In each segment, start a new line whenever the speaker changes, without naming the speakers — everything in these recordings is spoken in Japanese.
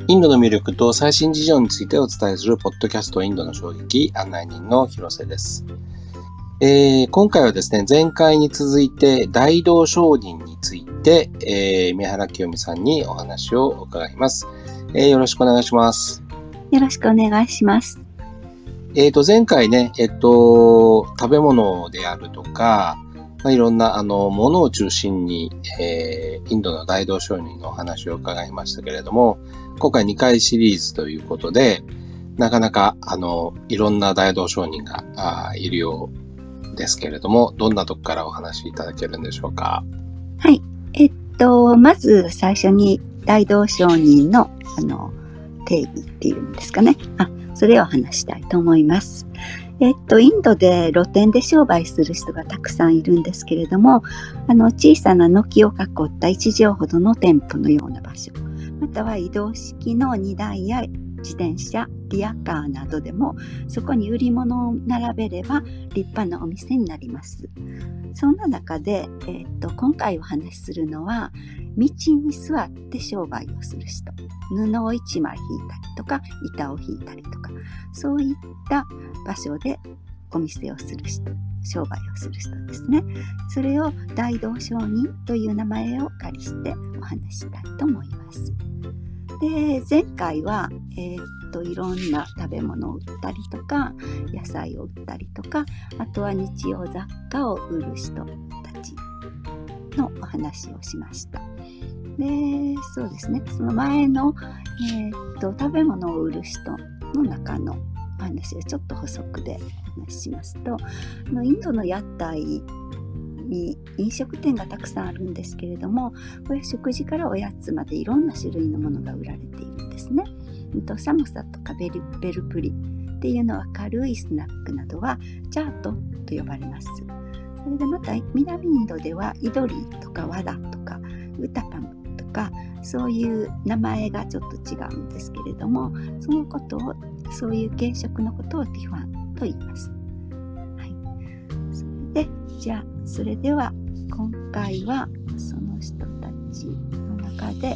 インドの魅力と最新事情についてお伝えするポッドキャストインドの衝撃案内人の広瀬です。今回はですね、前回に続いて大道上人について、三原清美さんにお話を伺います。よろしくお願いします。
よろしくお願いします。
前回ね、食べ物であるとか、いろんなものを中心に、インドの大道上人のお話を伺いましたけれども、今回2回シリーズということで、なかなかいろんな大道上人がいるようですけれども、どんなとこからお話しいただけるんでしょうか。
はい。まず最初に大道上人の定義っていうんですかね。それを話したいと思います。インドで露店で商売する人がたくさんいるんですけれども、小さな軒を囲った1畳ほどの店舗のような場所、または移動式の荷台や自転車、リヤカーなどでも、そこに売り物を並べれば立派なお店になります。そんな中で、今回お話しするのは、道に座って商売をする人、布を1枚引いたりとか、板を引いたりとか、そういった場所でお店をする人、商売をする人ですね。それを大道上人という名前を借りしてお話ししたいと思います。で、前回は、いろんな食べ物を売ったりとか、野菜を売ったりとか、あとは日用雑貨を売る人たちのお話をしました。で、そうですね、その前の、食べ物を売る人の中のお話をちょっと補足でお話ししますと、インドの屋台に飲食店がたくさんあるんですけれども、これは食事からおやつまでいろんな種類のものが売られているんですね。サモサとかベルプリっていうのは軽いスナックなどはチャートと呼ばれます。それでまた南インドではイドリーとかワダとかウタパムとか、そういう名前がちょっと違うんですけれども、そのことを、そういう軽食のことをティファンと言います。はい。それでは今回はその人たちの中で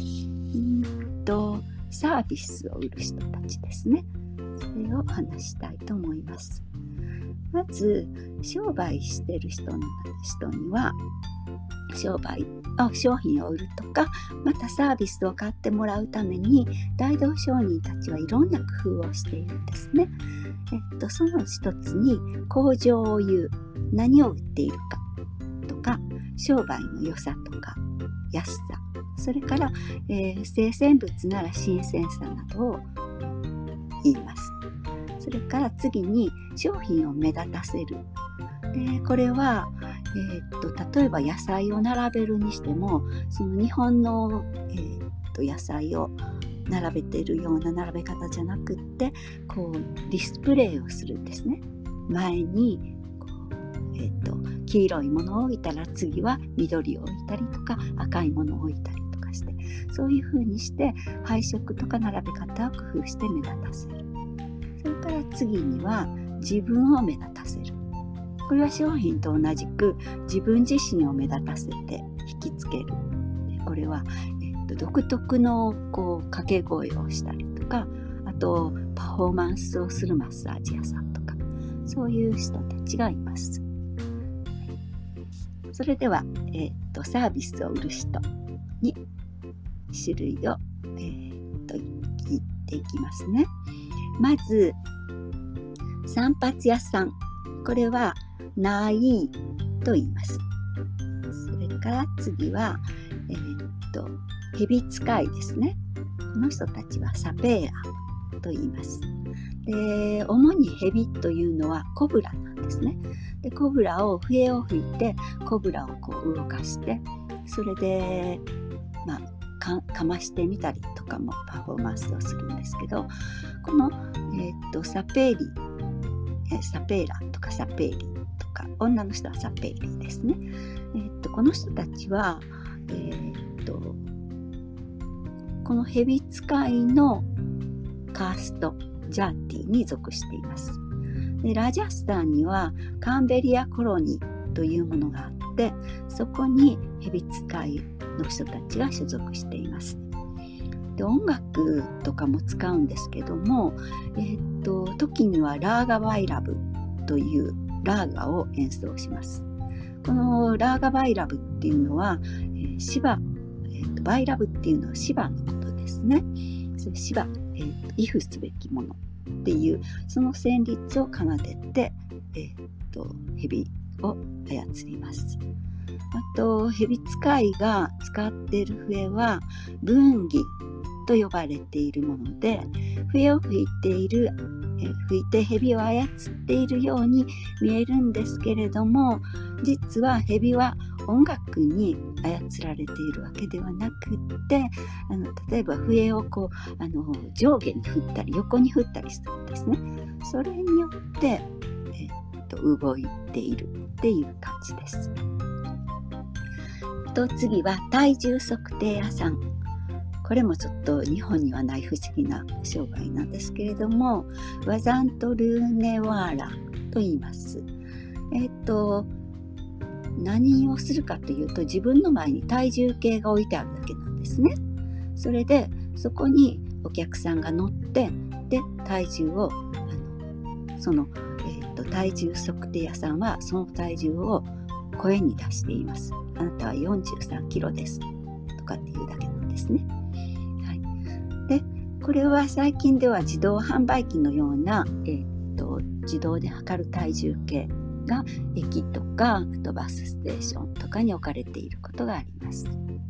サービスを売る人たちですね。それを話したいと思います。まず商売してる人には商品を売るとか、またサービスを買ってもらうために大道上人たちはいろんな工夫をしているんですね。その一つに口上を言う、何を売っているかとか、商売の良さとか安さ、それから、生鮮物なら新鮮さなどを言います。それから次に商品を目立たせる。で、これは、例えば野菜を並べるにしても、その日本の、野菜を並べているような並べ方じゃなくって、こうディスプレイをするんですね。前に黄色いものを置いたら次は緑を置いたりとか赤いものを置いたりとかして、そういう風にして配色とか並べ方を工夫して目立たせる。それから次には自分を目立たせる。これは商品と同じく自分自身を目立たせて引きつける。これは、独特の掛け声をしたりとか、あとパフォーマンスをするマッサージ屋さんとか、そういう人たちがいます。それでは、サービスを売る人に種類を、言っていきますね。まず散髪屋さん、これはナイーと言います。それから次は、蛇使いですね。この人たちはサペーラと言います。で、主に蛇というのはコブラなんですね。で、コブラを笛を吹いてコブラを動かして、それでかましてみたりとかもパフォーマンスをするんですけど、この、サペーラとかサペーリとか、女の人はサペーリですね。この人たちは、この蛇使いのカーストジャーティに属しています。で、ラジャスタンにはカンベリアコロニーというものがあって、そこに蛇使いの人たちが所属しています。 で音楽とかも使うんですけども、時にはラーガバイラブというラーガを演奏します。このラーガバイラブっていうのは、シバ、バイラブっていうのはシバのことですね。それシバ、畏怖すべきものっていうその旋律を奏でて、蛇を操ります。あと蛇使いが使っている笛はブーンギと呼ばれているもので、笛を吹いて蛇を操っているように見えるんですけれども、実は蛇は音楽に操られているわけではなくって、例えば笛を上下に振ったり横に振ったりするんですね。それによって、動いているっていう感じです。次は体重測定屋さん。これもちょっと日本にはない不思議な商売なんですけれども、ワザントルーネワーラと言います。何をするかというと、自分の前に体重計が置いてあるだけなんですね。それでそこにお客さんが乗って、で体重を体重測定屋さんはその体重を声に出しています。あなたは43キロですとかっていうだけなんですね。はい、でこれは最近では自動販売機のような、自動で測る体重計が駅とかあとバスステーションとかに置かれていることがあります。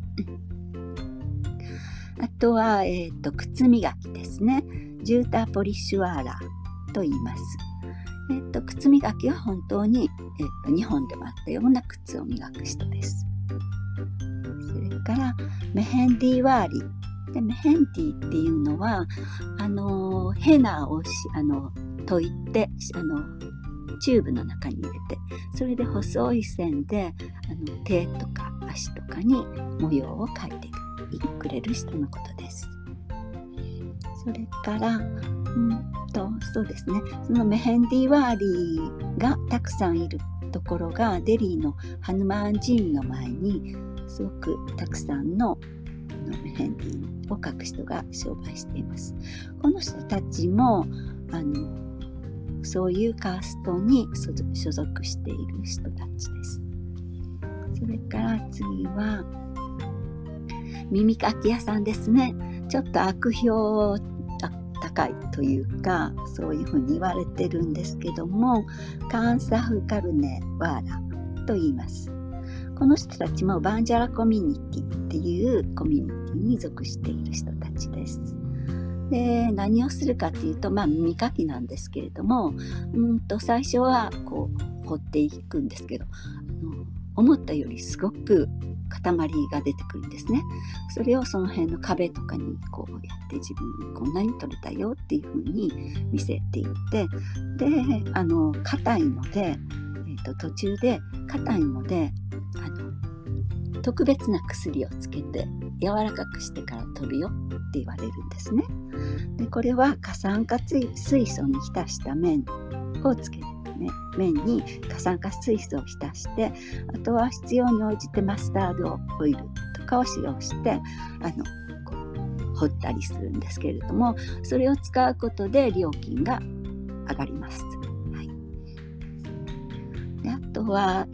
あとは、靴磨きですね。ジューターポリッシュワーラーと言います。靴磨きは本当に、日本でもあったような靴を磨く人です。それからメヘンディーワーリーで、メヘンディーっていうのはヘナを溶いてチューブの中に入れて、それで細い線で手とか足とかに模様を描いてくれる人のことです。それからそうですね、そのメヘンディーワーリーがたくさんいるところがデリーのハヌマーン寺院の前にすごくたくさんのメヘンディーを描く人が商売しています。この人たちもそういうカーストに所属している人たちです。それから次は耳かき屋さんですね。ちょっと悪評高いというか、そういうふうに言われてるんですけども、カーンサフカルネワーラと言います。この人たちもバンジャラコミュニティっていうコミュニティに属している人たちです。で、何をするかというと、耳かきなんですけれども、最初はこう掘っていくんですけど、思ったよりすごく塊が出てくるんですね。それをその辺の壁とかにこうやって自分こんなに取れたよっていうふうに見せていって、で硬いので、途中で硬いので特別な薬をつけて柔らかくしてから取るよって言われるんですね。でこれは過酸化水素に浸した麺をつけて麺に過酸化水素を浸して、あとは必要に応じてマスタードオイルとかを使用してこう掘ったりするんですけれども、それを使うことで料金が上がります。はい、であとは、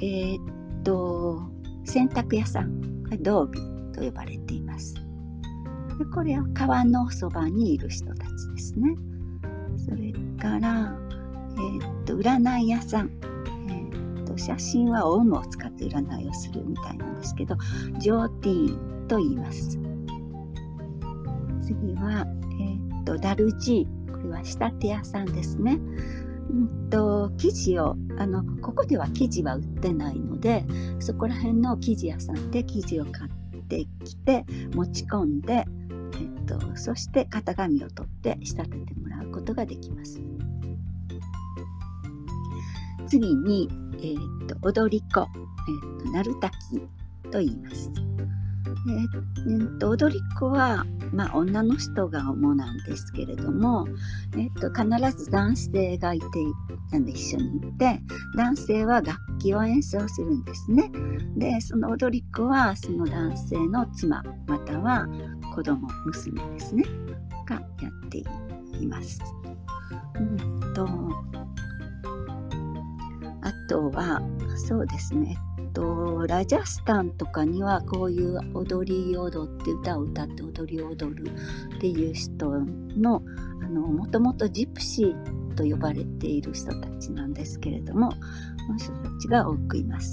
洗濯屋さん、ドービーと呼ばれています。でこれは川のそばにいる人たちですね。それから占い屋さん、写真はオウムを使って占いをするみたいなんですけど、ジョーティーンと言います。次は、ダルジー、これは仕立て屋さんですね。生地をここでは生地は売ってないので、そこら辺の生地屋さんで生地を買ってきて持ち込んで、そして型紙を取って仕立ててもらうことができます。次に、踊り子、ナルタキと言います。踊り子は、女の人が主なんですけれども、必ず男性が一緒にいて、男性は楽器を演奏するんですね。でその踊り子はその男性の妻または子供、娘ですね、がやっています。あとはそうですね、ラジャスタンとかにはこういう踊りを踊って歌を歌って踊りを踊るっていう人のもともとジプシーと呼ばれている人たちなんですけれども、この人たちが多くいます。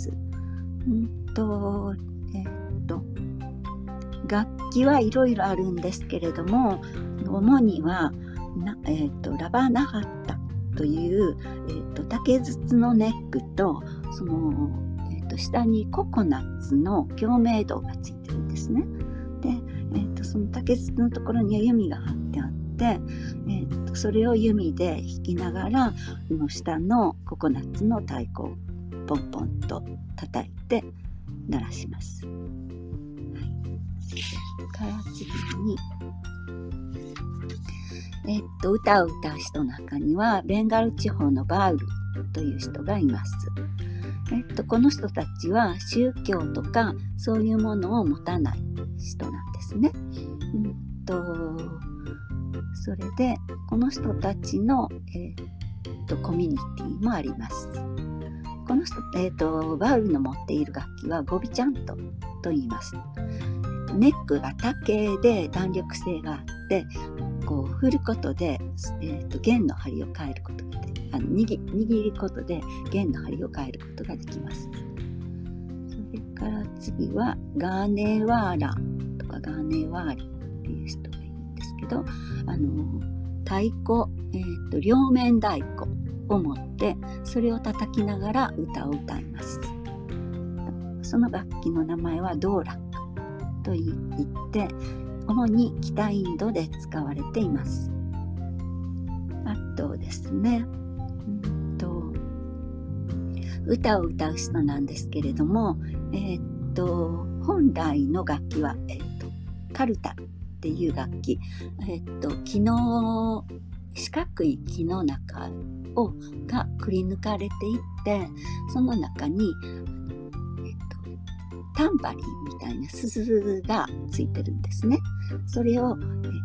楽器はいろいろあるんですけれども、主にはラバナハッタという、竹筒のネックとその、下にココナッツの共鳴銅がついてるんですね。で、その竹筒のところには弓が張ってあって、それを弓で弾きながら下のココナッツの太鼓をポンポンと叩いて鳴らします。から次に、歌を歌う人の中にはベンガル地方のバウルという人がいます。この人たちは宗教とかそういうものを持たない人なんですね。それでこの人たちの、コミュニティもあります。この人、バウルの持っている楽器はゴビチャントと言います。ネックが竹で弾力性があって、こう振ることで、弦の針を変えることができ握ることで弦の針を変えることができます。それから次はガーネワーラとかガーネワーリっていう人がいるんですけど、太鼓、両面太鼓を持ってそれを叩きながら歌を歌います。その楽器の名前はドーラックと言って主に北インドで使われています。あとですね、歌を歌う人なんですけれども、本来の楽器は、カルタっていう楽器、木の四角い木の中がくり抜かれていって、その中にタンバリンみたいな鈴がついてるんですね。それを、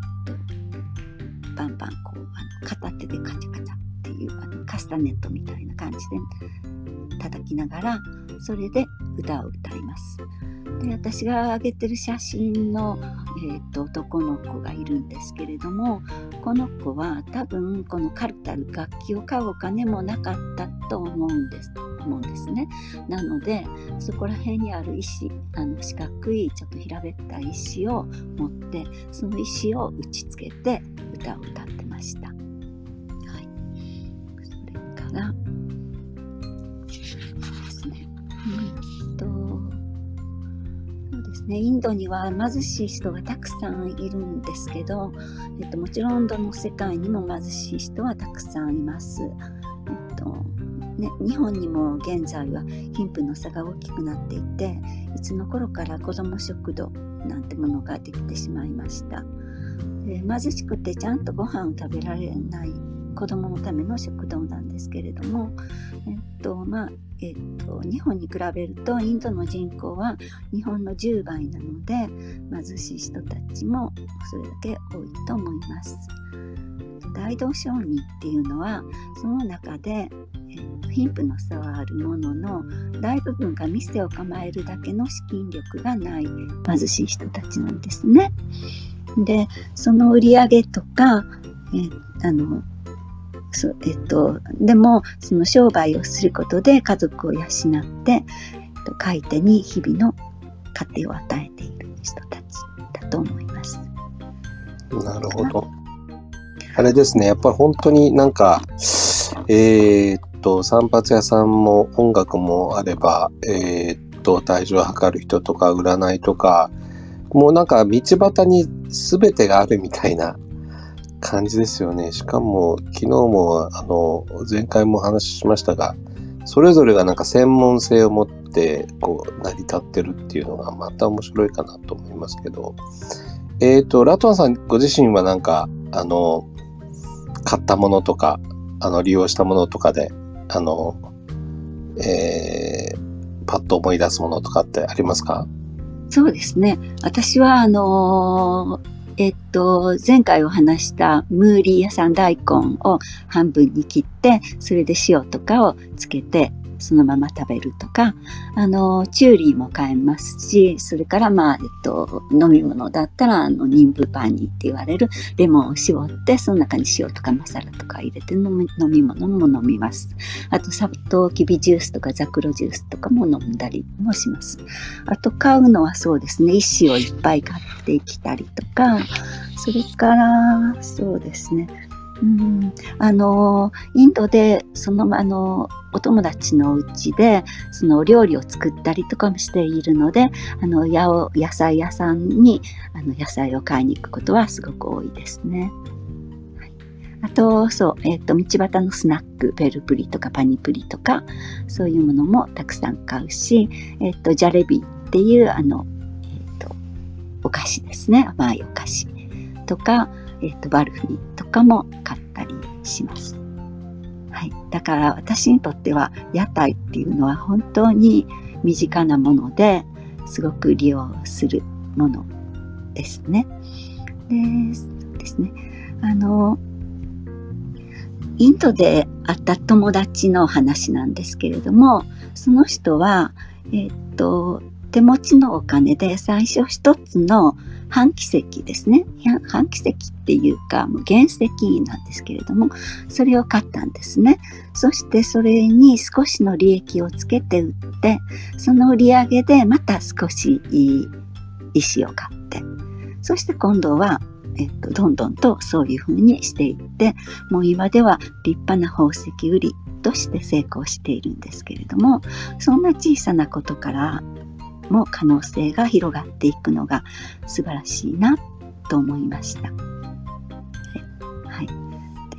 バンバンこう片手でカチャカチャっていうカスタネットみたいな感じで叩きながら、それで歌を歌います。で、私が上げてる写真の、男の子がいるんですけれども、この子は多分このカルタル楽器を買うお金もなかったと思うんですね。なのでそこら辺にある石、四角いちょっと平べったい石を持って、その石を打ちつけて歌を歌ってました。はい。それからですね、そうですね、インドには貧しい人がたくさんいるんですけど、もちろんどの世界にも貧しい人はたくさんいます。日本にも現在は貧富の差が大きくなっていて、いつの頃から子ども食堂なんてものができてしまいました。で、貧しくてちゃんとご飯を食べられない子どものための食堂なんですけれども、日本に比べるとインドの人口は日本の10倍なので、貧しい人たちもそれだけ多いと思います。大道商人っていうのはその中で貧富の差はあるものの、大部分が店を構えるだけの資金力がない貧しい人たちなんですね。で、その売り上げとか、でもその商売をすることで家族を養って、買い手に日々の糧を与えている人たちだと思います。
なるほど。あれですね、やっぱり本当になんか、散髪屋さんも音楽もあれば、体重を測る人とか占いとか、もうなんか道端に全てがあるみたいな感じですよね。しかも昨日も前回も話しましたが、それぞれがなんか専門性を持ってこう成り立ってるっていうのがまた面白いかなと思いますけど、ラトンさんご自身はなんか買ったものとか利用したものとかでパッと思い出すものとかってありますか？
そうですね。私は、前回お話したムーリー野産大根を半分に切って、それで塩とかをつけて、そのまま食べるとか、チューリーも買えますし、それから、飲み物だったら、ニンブパニーって言われるレモンを絞って、その中に塩とかマサラとか入れて飲み物も飲みます。あと、サトウキビジュースとかザクロジュースとかも飲んだりもします。あと、買うのはそうですね、石をいっぱい買ってきたりとか、それから、そうですね、インドでお友達のうちでその料理を作ったりとかもしているので、野菜屋さんに野菜を買いに行くことはすごく多いですね。はい、あと道端のスナック、ベルプリとかパニプリとかそういうものもたくさん買うし、ジャレビっていうお菓子ですね、甘いお菓子とか、バルフニとかも買ったりします。はい。だから私にとっては屋台っていうのは本当に身近なものですごく利用するものですね。そうですね。インドで会った友達の話なんですけれども、その人は、手持ちのお金で最初一つの半奇石ですね。半奇石っていうかもう原石なんですけれども、それを買ったんですね。そしてそれに少しの利益をつけて売って、その売り上げでまた少し石を買って、そして今度はどんどんとそういう風にしていって、もう今では立派な宝石売りとして成功しているんですけれども、そんな小さなことからも可能性が広がっていくのが素晴らしいなと思いました。はい、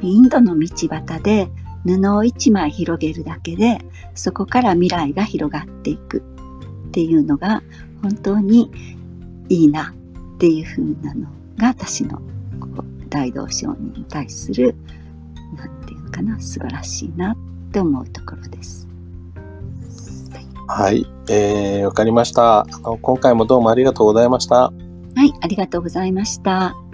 インドの道端で布を一枚広げるだけで、そこから未来が広がっていくっていうのが本当にいいなっていう風なのが私の大道上人に対するなんていうかな、素晴らしいなって思うところです。
はい、わかりました。今回もどうもありがとうございました。
はい、ありがとうございました。